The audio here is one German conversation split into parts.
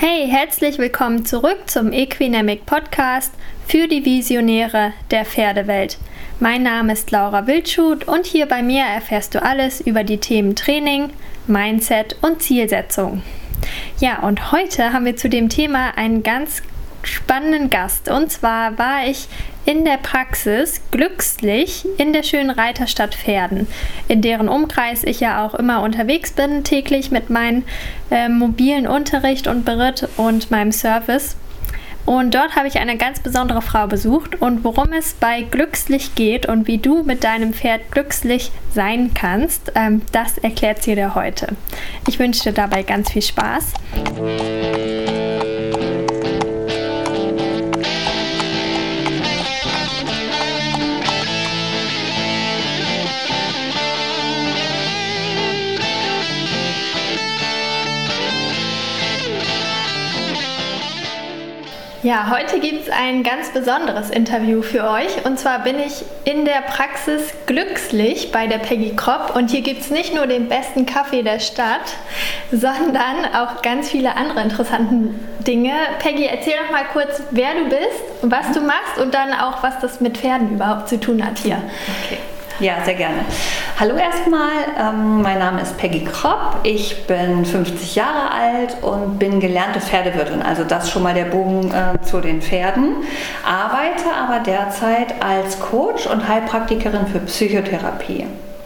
Hey, herzlich willkommen zurück zum Equinemic Podcast für die Visionäre der Pferdewelt. Mein Name ist Laura Wildschut und hier bei mir erfährst du alles über die Themen Training, Mindset und Zielsetzung. Ja, und heute haben wir zu dem Thema einen ganz spannenden Gast. Und zwar war ich in der Praxis Glückslich in der schönen Reiterstadt Verden, in deren Umkreis ich ja auch immer unterwegs bin, täglich mit meinem mobilen Unterricht und Beritt und meinem Service. Und dort habe ich eine ganz besondere Frau besucht und worum es bei Glückslich geht und wie du mit deinem Pferd glücklich sein kannst, das erklärt sie dir heute. Ich wünsche dir dabei ganz viel Spaß. Ja, heute gibt es ein ganz besonderes Interview für euch und zwar bin ich in der Praxis Glückslich bei der Peggy Kropp und hier gibt es nicht nur den besten Kaffee der Stadt, sondern auch ganz viele andere interessante Dinge. Peggy, erzähl doch mal kurz, wer du bist, was du machst und dann auch, was das mit Pferden überhaupt zu tun hat hier. Okay. Ja, sehr gerne. Hallo erstmal, mein Name ist Peggy Kropp, ich bin 50 Jahre alt und bin gelernte Pferdewirtin, also das schon mal der Bogen zu den Pferden, arbeite aber derzeit als Coach und Heilpraktikerin für Psychotherapie.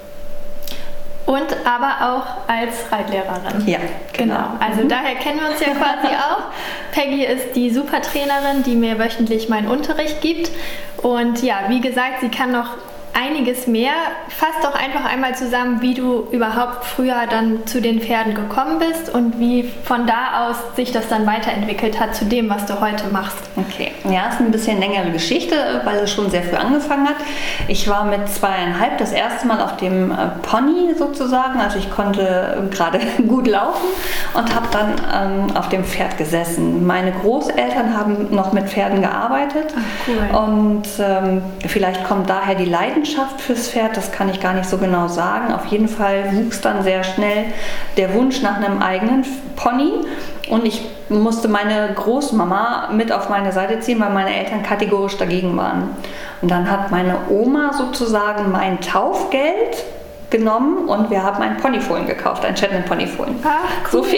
Und aber auch als Reitlehrerin. Ja, genau. Also daher kennen wir uns ja quasi auch. Peggy ist die Supertrainerin, die mir wöchentlich meinen Unterricht gibt und ja, wie gesagt, sie kann noch einiges mehr. Fass doch einfach einmal zusammen, wie du überhaupt früher dann zu den Pferden gekommen bist und wie von da aus sich das dann weiterentwickelt hat zu dem, was du heute machst. Okay, ja, ist ein bisschen längere Geschichte, weil es schon sehr früh angefangen hat. Ich war mit 2,5 das erste Mal auf dem Pony sozusagen, also ich konnte gerade gut laufen und habe dann auf dem Pferd gesessen. Meine Großeltern haben noch mit Pferden gearbeitet. Ach, cool. Und vielleicht kommt daher die Leidenschaft fürs Pferd, das kann ich gar nicht so genau sagen. Auf jeden Fall wuchs dann sehr schnell der Wunsch nach einem eigenen Pony und ich musste meine Großmama mit auf meine Seite ziehen, weil meine Eltern kategorisch dagegen waren. Und dann hat meine Oma sozusagen mein Taufgeld genommen und wir haben ein Ponyfohlen gekauft, ein Shetland Ponyfohlen. Ach, cool.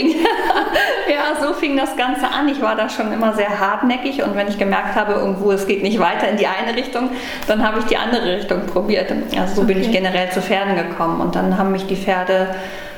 So fing das Ganze an. Ich war da schon immer sehr hartnäckig und wenn ich gemerkt habe, irgendwo es geht nicht weiter in die eine Richtung, dann habe ich die andere Richtung probiert. Also so bin ich generell zu Pferden gekommen und dann haben mich die Pferde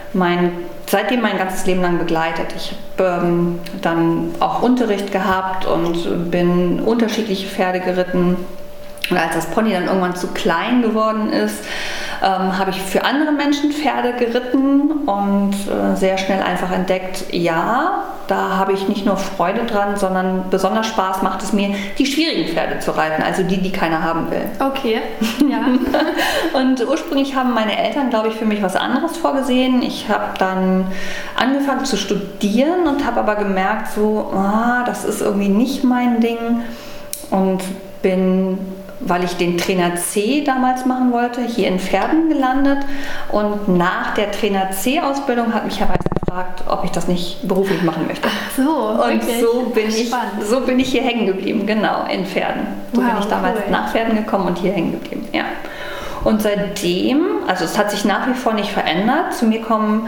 seitdem mein ganzes Leben lang begleitet. Ich habe dann auch Unterricht gehabt und bin unterschiedliche Pferde geritten. Und als das Pony dann irgendwann zu klein geworden ist, habe ich für andere Menschen Pferde geritten und sehr schnell einfach entdeckt, ja, da habe ich nicht nur Freude dran, sondern besonders Spaß macht es mir, die schwierigen Pferde zu reiten, also die keiner haben will. Okay, ja. Und ursprünglich haben meine Eltern, glaube ich, für mich was anderes vorgesehen. Ich habe dann angefangen zu studieren und habe aber gemerkt, das ist irgendwie nicht mein Ding und bin, weil ich den Trainer C damals machen wollte, hier in Verden gelandet und nach der Trainer C-Ausbildung hat mich Herr Weiß gefragt, ob ich das nicht beruflich machen möchte. Ach so, und okay. so bin ich hier hängen geblieben, genau, in Verden. So bin ich damals nach Verden gekommen und hier hängen geblieben, ja. Und seitdem, also es hat sich nach wie vor nicht verändert, zu mir kommen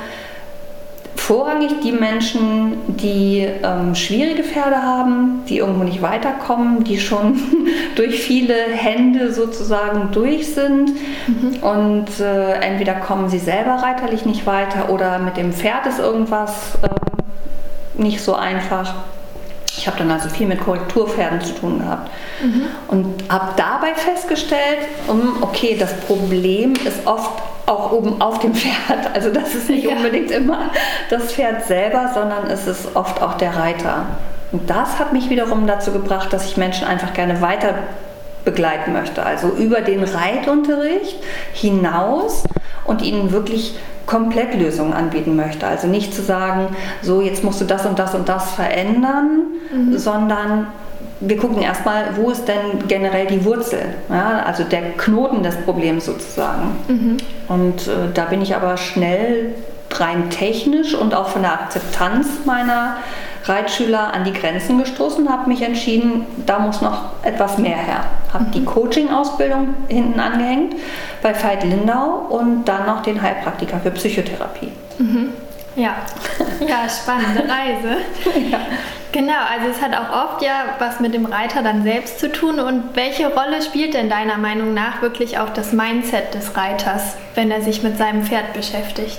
vorrangig die Menschen, die schwierige Pferde haben, die irgendwo nicht weiterkommen, die schon durch viele Hände sozusagen durch sind und entweder kommen sie selber reiterlich nicht weiter oder mit dem Pferd ist irgendwas nicht so einfach. Ich habe dann also viel mit Korrekturpferden zu tun gehabt und habe dabei festgestellt, okay, das Problem ist oft auch oben auf dem Pferd. Also das ist nicht unbedingt immer das Pferd selber, sondern es ist oft auch der Reiter. Und das hat mich wiederum dazu gebracht, dass ich Menschen einfach gerne weiter begleiten möchte. Also über den Reitunterricht hinaus und ihnen wirklich Komplettlösungen anbieten möchte. Also nicht zu sagen, so jetzt musst du das und das und das verändern, sondern wir gucken erstmal, wo ist denn generell die Wurzel, ja, also der Knoten des Problems sozusagen. Und da bin ich aber schnell rein technisch und auch von der Akzeptanz meiner Reitschüler an die Grenzen gestoßen, habe mich entschieden, da muss noch etwas mehr her. Habe die Coaching-Ausbildung hinten angehängt bei Veit Lindau und dann noch den Heilpraktiker für Psychotherapie. Ja, spannende Reise. Ja. Genau, also es hat auch oft ja was mit dem Reiter dann selbst zu tun. Und welche Rolle spielt denn deiner Meinung nach wirklich auch das Mindset des Reiters, wenn er sich mit seinem Pferd beschäftigt?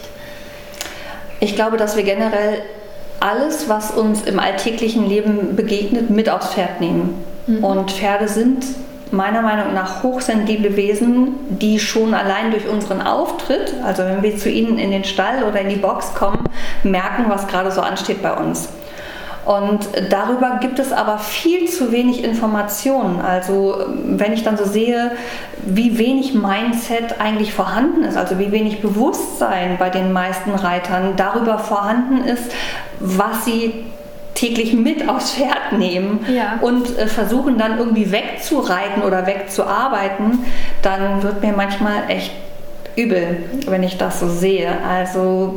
Ich glaube, dass wir generell alles, was uns im alltäglichen Leben begegnet, mit aufs Pferd nehmen. Und Pferde sind meiner Meinung nach hochsensible Wesen, die schon allein durch unseren Auftritt, also wenn wir zu ihnen in den Stall oder in die Box kommen, merken, was gerade so ansteht bei uns. Und darüber gibt es aber viel zu wenig Informationen. Also wenn ich dann so sehe, wie wenig Mindset eigentlich vorhanden ist, also wie wenig Bewusstsein bei den meisten Reitern darüber vorhanden ist, was sie täglich mit aufs Pferd nehmen und versuchen dann irgendwie wegzureiten oder wegzuarbeiten, dann wird mir manchmal echt übel, wenn ich das so sehe. Also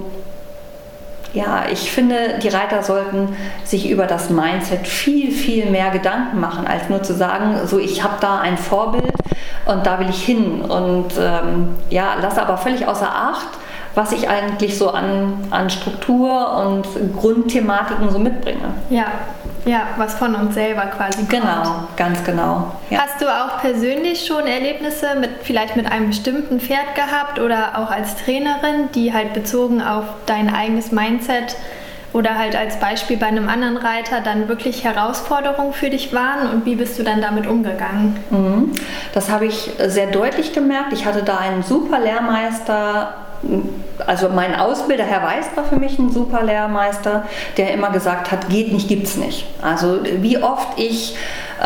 ja, ich finde, die Reiter sollten sich über das Mindset viel, viel mehr Gedanken machen, als nur zu sagen, so ich habe da ein Vorbild und da will ich hin. Und lasse aber völlig außer Acht, was ich eigentlich so an Struktur und Grundthematiken so mitbringe. Ja, was von uns selber quasi kommt. Genau, ganz genau. Ja. Hast du auch persönlich schon Erlebnisse vielleicht mit einem bestimmten Pferd gehabt oder auch als Trainerin, die halt bezogen auf dein eigenes Mindset oder halt als Beispiel bei einem anderen Reiter dann wirklich Herausforderungen für dich waren und wie bist du dann damit umgegangen? Das habe ich sehr deutlich gemerkt. Ich hatte da einen super Lehrmeister. Also mein Ausbilder, Herr Weiß, war für mich ein super Lehrmeister, der immer gesagt hat, geht nicht, gibt's nicht. Also wie oft ich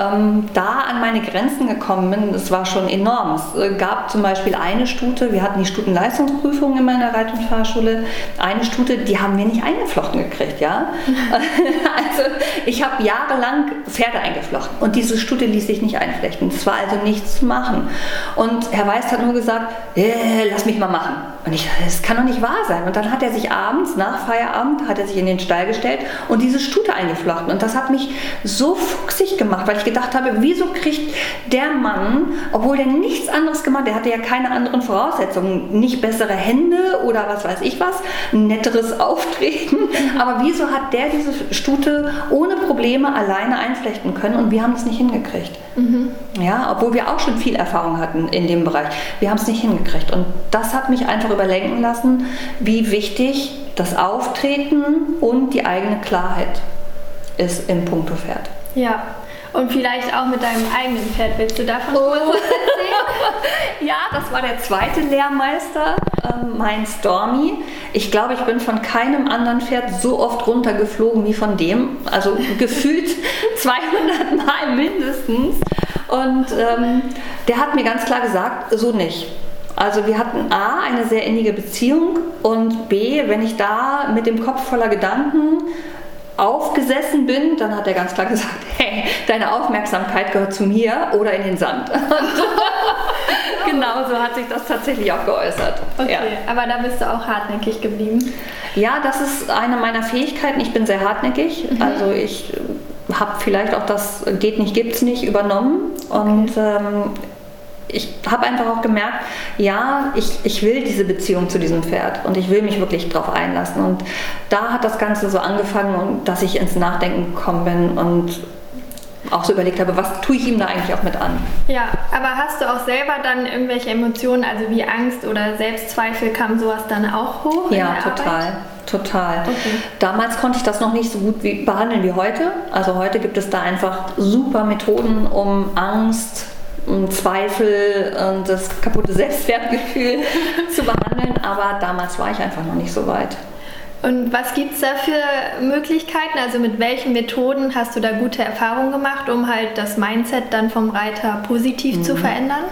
da an meine Grenzen gekommen bin, das war schon enorm. Es gab zum Beispiel eine Stute, wir hatten die Stutenleistungsprüfung in meiner Reit- und Fahrschule, eine Stute, die haben wir nicht eingeflochten gekriegt, ja. Also ich habe jahrelang Pferde eingeflochten und diese Stute ließ sich nicht einflechten. Es war also nichts zu machen. Und Herr Weiß hat nur gesagt, lass mich mal machen. Und ich dachte, das kann doch nicht wahr sein. Und dann hat er sich abends, nach Feierabend, hat er sich in den Stall gestellt und diese Stute eingeflochten. Und das hat mich so fuchsig gemacht, weil ich gedacht habe, wieso kriegt der Mann, obwohl der nichts anderes gemacht hat, der hatte ja keine anderen Voraussetzungen, nicht bessere Hände oder was weiß ich was, ein netteres Auftreten, aber wieso hat der diese Stute ohne Probleme alleine einflechten können und wir haben es nicht hingekriegt. Ja, obwohl wir auch schon viel Erfahrung hatten in dem Bereich. Wir haben es nicht hingekriegt und das hat mich einfach überlenken lassen, wie wichtig das Auftreten und die eigene Klarheit ist in puncto Pferd. Ja. Und vielleicht auch mit deinem eigenen Pferd. Willst du davon kurz erzählen? Ja, das war der zweite Lehrmeister, mein Stormy. Ich glaube, ich bin von keinem anderen Pferd so oft runtergeflogen wie von dem. Also gefühlt 200 Mal mindestens. Und der hat mir ganz klar gesagt, so nicht. Also wir hatten A, eine sehr innige Beziehung und B, wenn ich da mit dem Kopf voller Gedanken aufgesessen bin, dann hat er ganz klar gesagt, hey, deine Aufmerksamkeit gehört zu mir oder in den Sand. Genau so hat sich das tatsächlich auch geäußert. Okay, ja. Aber da bist du auch hartnäckig geblieben? Ja, das ist eine meiner Fähigkeiten. Ich bin sehr hartnäckig. Also ich habe vielleicht auch das geht nicht, gibt's nicht übernommen. Und ich habe einfach auch gemerkt, ja, ich will diese Beziehung zu diesem Pferd und ich will mich wirklich drauf einlassen. Und da hat das Ganze so angefangen, dass ich ins Nachdenken gekommen bin und auch so überlegt habe, was tue ich ihm da eigentlich auch mit an. Ja, aber hast du auch selber dann irgendwelche Emotionen, also wie Angst oder Selbstzweifel, kam sowas dann auch hoch? Ja, total. Okay. Damals konnte ich das noch nicht so gut behandeln wie heute. Also heute gibt es da einfach super Methoden, um Angst, Zweifel und das kaputte Selbstwertgefühl zu behandeln, aber damals war ich einfach noch nicht so weit. Und was gibt es da für Möglichkeiten? Also mit welchen Methoden hast du da gute Erfahrungen gemacht, um halt das Mindset dann vom Reiter positiv zu verändern?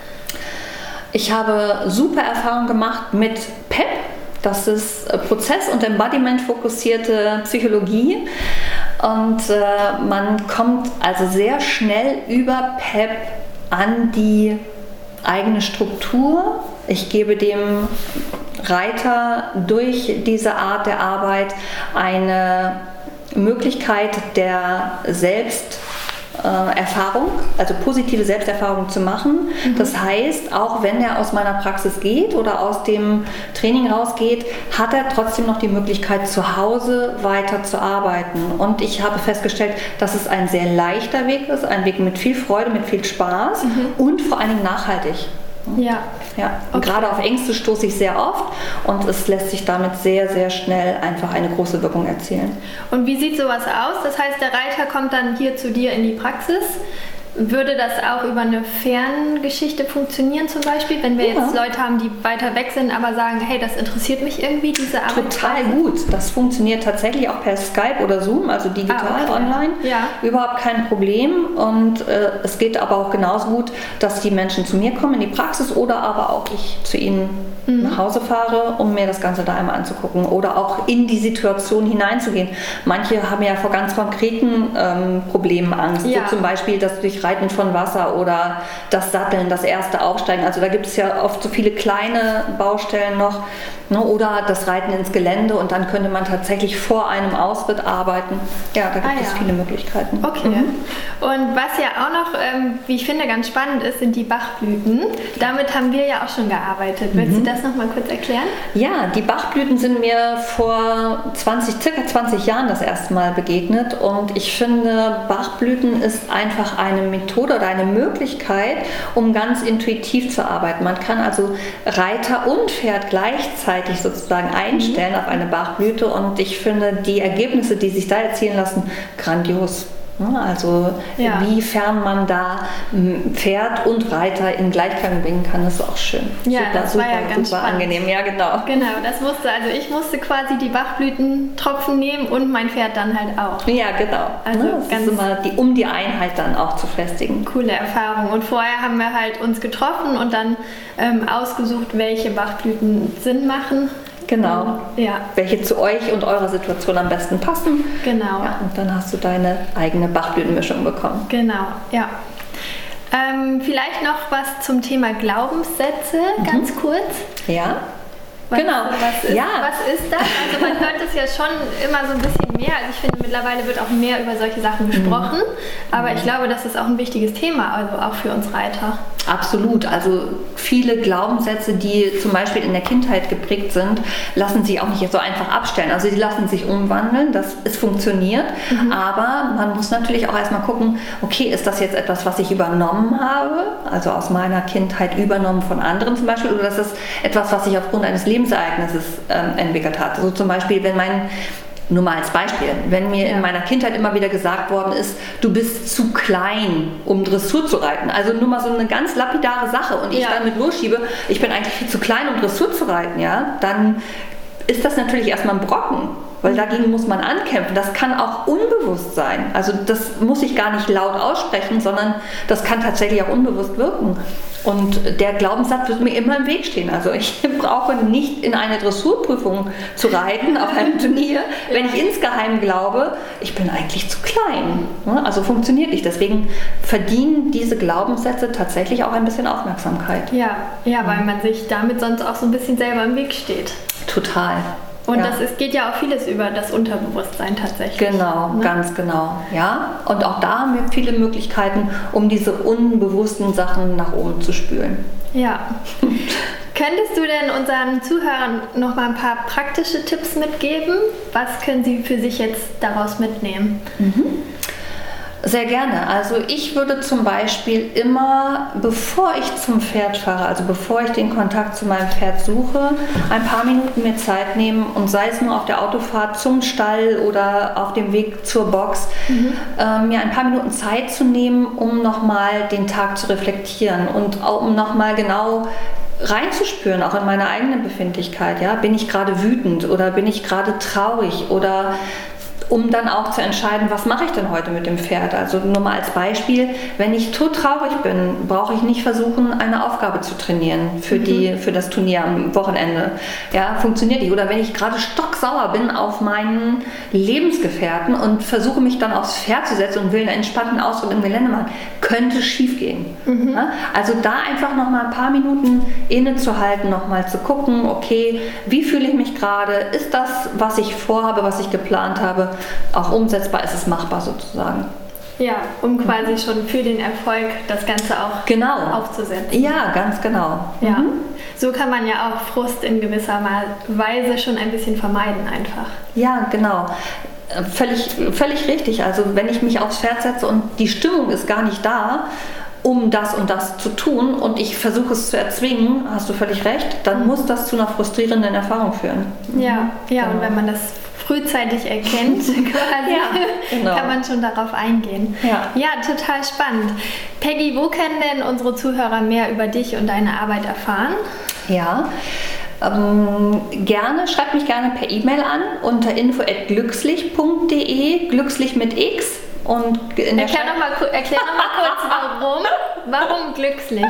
Ich habe super Erfahrungen gemacht mit PEP. Das ist Prozess- und Embodiment-fokussierte Psychologie. Und man kommt also sehr schnell über PEP an die eigene Struktur. Ich gebe dem Reiter durch diese Art der Arbeit eine Möglichkeit der Selbsterfahrung, also positive Selbsterfahrung zu machen. Das heißt, auch wenn er aus meiner Praxis geht oder aus dem Training rausgeht, hat er trotzdem noch die Möglichkeit, zu Hause weiter zu arbeiten. Und ich habe festgestellt, dass es ein sehr leichter Weg ist, ein Weg mit viel Freude, mit viel Spaß und vor allen Dingen nachhaltig. Ja. Und gerade auf Ängste stoße ich sehr oft und es lässt sich damit sehr, sehr schnell einfach eine große Wirkung erzielen. Und wie sieht sowas aus? Das heißt, der Reiter kommt dann hier zu dir in die Praxis. Würde das auch über eine Ferngeschichte funktionieren zum Beispiel, wenn wir jetzt Leute haben, die weiter weg sind, aber sagen, hey, das interessiert mich irgendwie, diese Arbeitsweise? Total gut. Das funktioniert tatsächlich auch per Skype oder Zoom, also digital online. Ja. Überhaupt kein Problem. Und es geht aber auch genauso gut, dass die Menschen zu mir kommen in die Praxis oder aber auch ich zu ihnen nach Hause fahre, um mir das Ganze da einmal anzugucken oder auch in die Situation hineinzugehen. Manche haben ja vor ganz konkreten Problemen Angst, so zum Beispiel das Durchreiten von Wasser oder das Satteln, das erste Aufsteigen. Also da gibt es ja oft so viele kleine Baustellen noch, ne? Oder das Reiten ins Gelände und dann könnte man tatsächlich vor einem Ausritt arbeiten. Ja, da gibt es viele Möglichkeiten. Okay. Und was ja auch noch, wie ich finde, ganz spannend ist, sind die Bachblüten. Damit haben wir ja auch schon gearbeitet. Willst du das noch mal kurz erklären? Ja, die Bachblüten sind mir vor circa 20 Jahren das erste Mal begegnet und ich finde, Bachblüten ist einfach eine Methode oder eine Möglichkeit, um ganz intuitiv zu arbeiten. Man kann also Reiter und Pferd gleichzeitig sozusagen einstellen auf eine Bachblüte und ich finde die Ergebnisse, die sich da erzielen lassen, grandios. Also wiefern man da Pferd und Reiter in Gleichklang bringen kann, ist auch schön. Ja, das war ja ganz super angenehm. Ja, genau. Genau, ich musste quasi die Bachblütentropfen nehmen und mein Pferd dann halt auch. Ja, genau. Also das ist immer um die Einheit dann auch zu festigen. Coole Erfahrung. Und vorher haben wir halt uns getroffen und dann ausgesucht, welche Bachblüten Sinn machen. Genau. Ja. Welche zu euch und eurer Situation am besten passen. Genau. Ja, und dann hast du deine eigene Bachblütenmischung bekommen. Genau, ja. Vielleicht noch was zum Thema Glaubenssätze, ganz kurz. Ja. Was ist das? Also man hört es ja schon immer so ein bisschen mehr. Also ich finde, mittlerweile wird auch mehr über solche Sachen gesprochen. Aber ich glaube, das ist auch ein wichtiges Thema, also auch für uns Reiter. Absolut. Also viele Glaubenssätze, die zum Beispiel in der Kindheit geprägt sind, lassen sich auch nicht so einfach abstellen. Also die lassen sich umwandeln, es funktioniert. Aber man muss natürlich auch erstmal gucken, okay, ist das jetzt etwas, was ich übernommen habe, also aus meiner Kindheit übernommen von anderen zum Beispiel, oder ist das etwas, was ich aufgrund eines Lebensereignisses entwickelt hat? Also zum Beispiel, nur mal als Beispiel, wenn mir in meiner Kindheit immer wieder gesagt worden ist, du bist zu klein, um Dressur zu reiten. Also nur mal so eine ganz lapidare Sache und ich dann mit losschiebe, ich bin eigentlich viel zu klein, um Dressur zu reiten, dann ist das natürlich erstmal ein Brocken, weil dagegen muss man ankämpfen. Das kann auch unbewusst sein. Also das muss ich gar nicht laut aussprechen, sondern das kann tatsächlich auch unbewusst wirken. Und der Glaubenssatz wird mir immer im Weg stehen. Also ich brauche nicht in eine Dressurprüfung zu reiten auf einem Turnier, wenn ich insgeheim glaube, ich bin eigentlich zu klein. Also funktioniert nicht. Deswegen verdienen diese Glaubenssätze tatsächlich auch ein bisschen Aufmerksamkeit. Ja, weil man sich damit sonst auch so ein bisschen selber im Weg steht. Total. Und geht ja auch vieles über das Unterbewusstsein tatsächlich. Genau, ganz genau. Ja? Und auch da haben wir viele Möglichkeiten, um diese unbewussten Sachen nach oben zu spülen. Ja. Könntest du denn unseren Zuhörern noch mal ein paar praktische Tipps mitgeben? Was können sie für sich jetzt daraus mitnehmen? Sehr gerne. Also ich würde zum Beispiel immer, bevor ich zum Pferd fahre, also bevor ich den Kontakt zu meinem Pferd suche, ein paar Minuten mir Zeit nehmen und sei es nur auf der Autofahrt zum Stall oder auf dem Weg zur Box, mir ein paar Minuten Zeit zu nehmen, um nochmal den Tag zu reflektieren und auch um nochmal genau reinzuspüren, auch in meine eigene Befindlichkeit. Ja? Bin ich gerade wütend oder bin ich gerade traurig oder um dann auch zu entscheiden, was mache ich denn heute mit dem Pferd. Also nur mal als Beispiel, wenn ich todtraurig bin, brauche ich nicht versuchen, eine Aufgabe zu trainieren für das Turnier am Wochenende. Ja, funktioniert nicht. Oder wenn ich gerade stocksauer bin auf meinen Lebensgefährten und versuche mich dann aufs Pferd zu setzen und will einen entspannten Ausdruck im Gelände machen, könnte es schief gehen. Ja, also da einfach noch mal ein paar Minuten innezuhalten, noch mal zu gucken, okay, wie fühle ich mich gerade? Ist das, was ich vorhabe, was ich geplant habe, glaube, auch umsetzbar ist es machbar sozusagen. Ja, um quasi schon für den Erfolg das Ganze auch aufzusetzen. Ja, ganz genau. Ja. So kann man ja auch Frust in gewisser Weise schon ein bisschen vermeiden einfach. Ja, genau. Völlig richtig. Also wenn ich mich aufs Pferd setze und die Stimmung ist gar nicht da, um das und das zu tun und ich versuche es zu erzwingen, hast du völlig recht, dann muss das zu einer frustrierenden Erfahrung führen. Ja, genau. Und wenn man das frühzeitig erkennt, quasi, kann man schon darauf eingehen. Ja, total spannend. Peggy, wo können denn unsere Zuhörer mehr über dich und deine Arbeit erfahren? Ja, schreibt mich gerne per E-Mail an unter info@glückslich.de, glückslich mit X. Und erklär noch mal kurz, warum glückslich?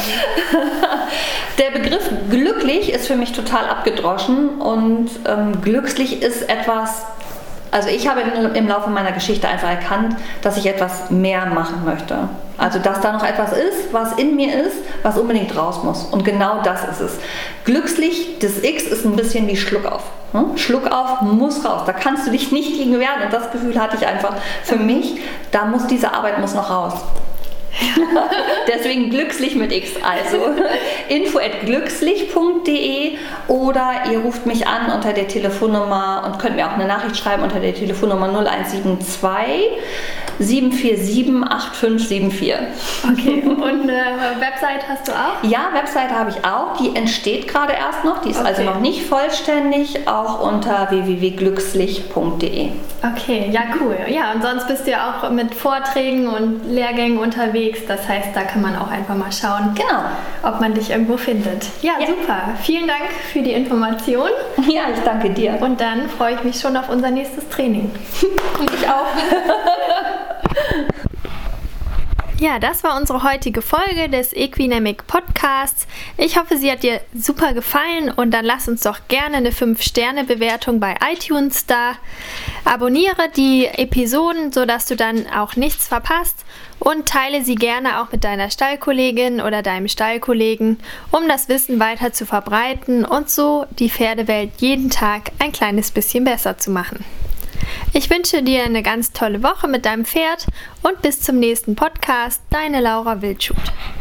Der Begriff glücklich ist für mich total abgedroschen und glückslich ist etwas, also ich habe im Laufe meiner Geschichte einfach erkannt, dass ich etwas mehr machen möchte. Also dass da noch etwas ist, was in mir ist, was unbedingt raus muss. Und genau das ist es. Glückslich, das X ist ein bisschen wie Schluck auf. Schluck auf, muss raus. Da kannst du dich nicht gegen wehren. Und das Gefühl hatte ich einfach für mich, diese Arbeit muss noch raus. Deswegen glückslich mit X. Also info@glückslich.de oder ihr ruft mich an unter der Telefonnummer und könnt mir auch eine Nachricht schreiben unter der Telefonnummer 0172 747 8574. Okay, und eine Website hast du auch? Ja, Website habe ich auch. Die entsteht gerade erst noch. Die ist also noch nicht vollständig. Auch unter www.glückslich.de. Okay, ja cool. Ja, und sonst bist du ja auch mit Vorträgen und Lehrgängen unterwegs. Das heißt, da kann man auch einfach mal schauen, ob man dich irgendwo findet. Ja, super. Vielen Dank für die Information. Ja, ich danke dir. Und dann freue ich mich schon auf unser nächstes Training. Und ich auch. Ja, das war unsere heutige Folge des Equinemic Podcasts. Ich hoffe, sie hat dir super gefallen und dann lass uns doch gerne eine 5-Sterne-Bewertung bei iTunes da. Abonniere die Episoden, sodass du dann auch nichts verpasst und teile sie gerne auch mit deiner Stallkollegin oder deinem Stallkollegen, um das Wissen weiter zu verbreiten und so die Pferdewelt jeden Tag ein kleines bisschen besser zu machen. Ich wünsche dir eine ganz tolle Woche mit deinem Pferd und bis zum nächsten Podcast, deine Laura Wildschut.